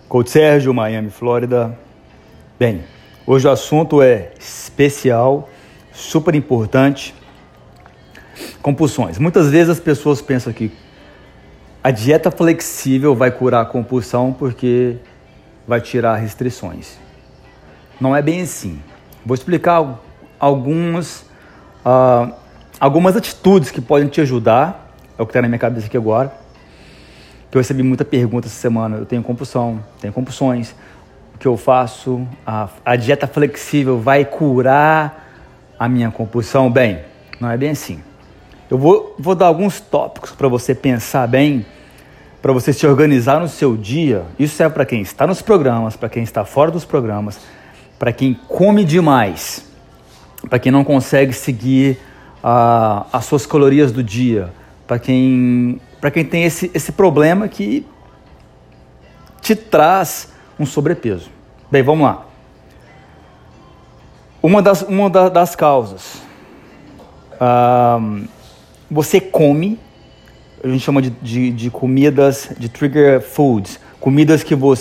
Coach Sérgio, Miami, Flórida. Bem, hoje o assunto é especial, super importante, compulsões. Muitas vezes as pessoas pensam que a dieta flexível vai curar a compulsão porque vai tirar restrições. Não é bem assim. Vou explicar algumas atitudes que podem te ajudar. É o que está na minha cabeça aqui agora. Que eu recebi muita pergunta essa semana. Eu tenho compulsão, tenho compulsões. O que eu faço? A dieta flexível vai curar a minha compulsão? Bem, não é bem assim. Eu vou dar alguns tópicos para você pensar bem, para você se organizar no seu dia. Isso serve para quem está nos programas, para quem está fora dos programas, para quem come demais, para quem não consegue seguir as suas calorias do dia, para quem tem esse problema que te traz um sobrepeso. Bem, vamos lá. Uma das causas, você come, a gente chama de comidas, de trigger foods, comidas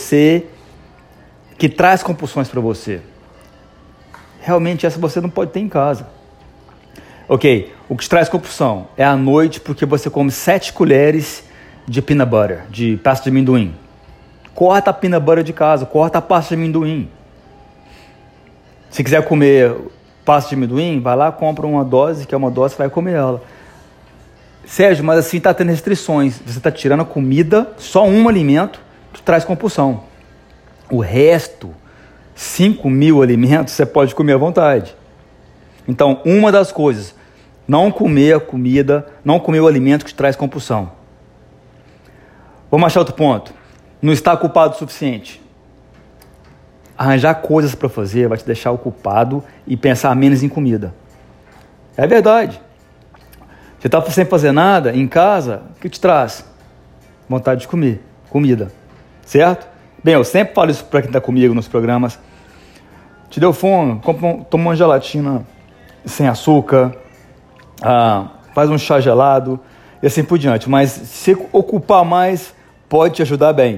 que traz compulsões para você. Realmente essa você não pode ter em casa. Ok, o que te traz compulsão é à noite porque você come 7 colheres de peanut butter, de pasta de amendoim. Corta a peanut butter de casa, corta a pasta de amendoim. Se quiser comer pasta de amendoim, vai lá, compra uma dose, que é uma dose, vai comer ela. Sérgio, mas assim está tendo restrições. Você está tirando a comida, só um alimento que traz compulsão. O resto, 5.000 alimentos, você pode comer à vontade. Então, uma das coisas, não comer a comida, não comer o alimento que te traz compulsão. Vamos achar outro ponto. Não está culpado o suficiente. Arranjar coisas para fazer vai te deixar ocupado e pensar menos em comida. É verdade. Você está sem fazer nada em casa, o que te traz? Vontade de comer, comida. Certo? Bem, eu sempre falo isso para quem está comigo nos programas. Te deu fome? Toma uma gelatina sem açúcar, faz um chá gelado e assim por diante. Mas se ocupar mais, pode te ajudar bem.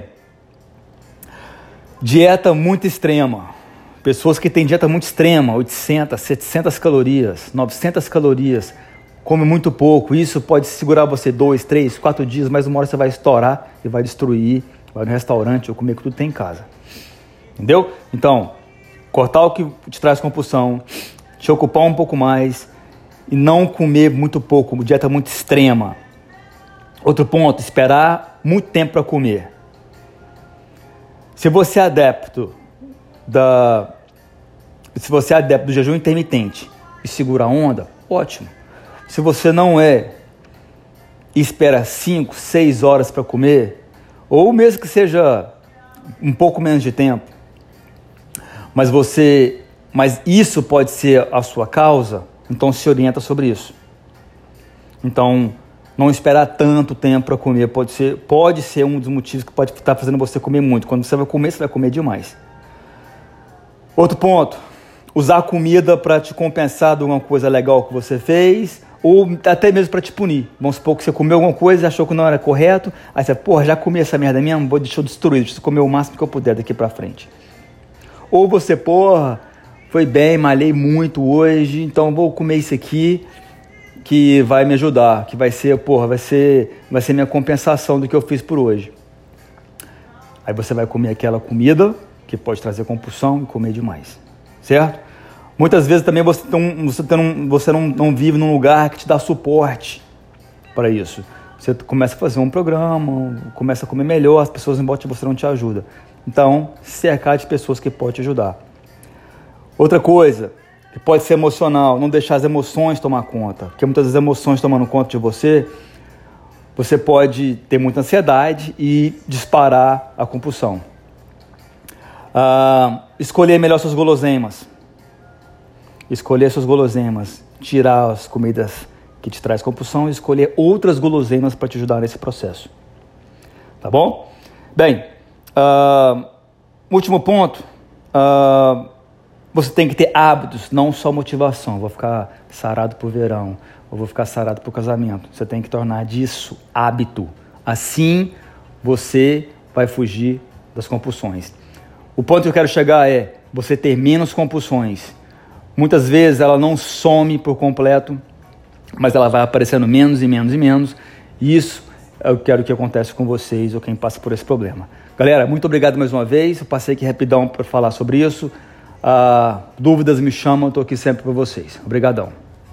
Dieta muito extrema. Pessoas que têm dieta muito extrema, 800, 700 calorias, 900 calorias, come muito pouco. Isso pode segurar você 2, 3, 4 dias, mas uma hora você vai estourar e vai destruir, vai no restaurante ou comer o que tudo tem em casa. Entendeu? Então, cortar o que te traz compulsão, te ocupar um pouco mais e não comer muito pouco, dieta muito extrema. Outro ponto, esperar muito tempo para comer. Se você é adepto do jejum intermitente e segura a onda, ótimo. Se você não é e espera 5, 6 horas para comer, ou mesmo que seja um pouco menos de tempo, mas isso pode ser a sua causa, então se orienta sobre isso. Então, não esperar tanto tempo para comer pode ser um dos motivos que pode estar fazendo você comer muito. Quando você vai comer demais. Outro ponto, usar comida para te compensar de alguma coisa legal que você fez, ou até mesmo para te punir. Vamos supor que você comeu alguma coisa e achou que não era correto, aí você, já comi essa merda mesmo, deixa eu destruir, deixa eu comer o máximo que eu puder daqui para frente. Ou você, foi bem, malhei muito hoje, então vou comer isso aqui que vai me ajudar, que vai ser minha compensação do que eu fiz por hoje. Aí você vai comer aquela comida que pode trazer compulsão e comer demais, certo? Muitas vezes também você não vive num lugar que te dá suporte para isso. Você começa a fazer um programa, começa a comer melhor, as pessoas em volta de você não te ajudam. Então, cercar de pessoas que podem te ajudar. Outra coisa, que pode ser emocional, não deixar as emoções tomar conta. Porque muitas vezes as emoções tomando conta de você pode ter muita ansiedade e disparar a compulsão. Escolher melhor suas guloseimas. Tirar as comidas que te traz compulsão e escolher outras guloseimas para te ajudar nesse processo. Tá bom? Bem, último ponto. Você tem que ter hábitos, não só motivação. Vou ficar sarado pro verão, ou vou ficar sarado pro casamento. Você tem que tornar disso hábito. Assim, você vai fugir das compulsões. O ponto que eu quero chegar é você ter menos compulsões. Muitas vezes ela não some por completo, mas ela vai aparecendo menos e menos e menos. E isso eu quero que aconteça com vocês ou quem passa por esse problema. Galera, muito obrigado mais uma vez. Eu passei aqui rapidão para falar sobre isso. Dúvidas me chamam, estou aqui sempre para vocês. Obrigadão.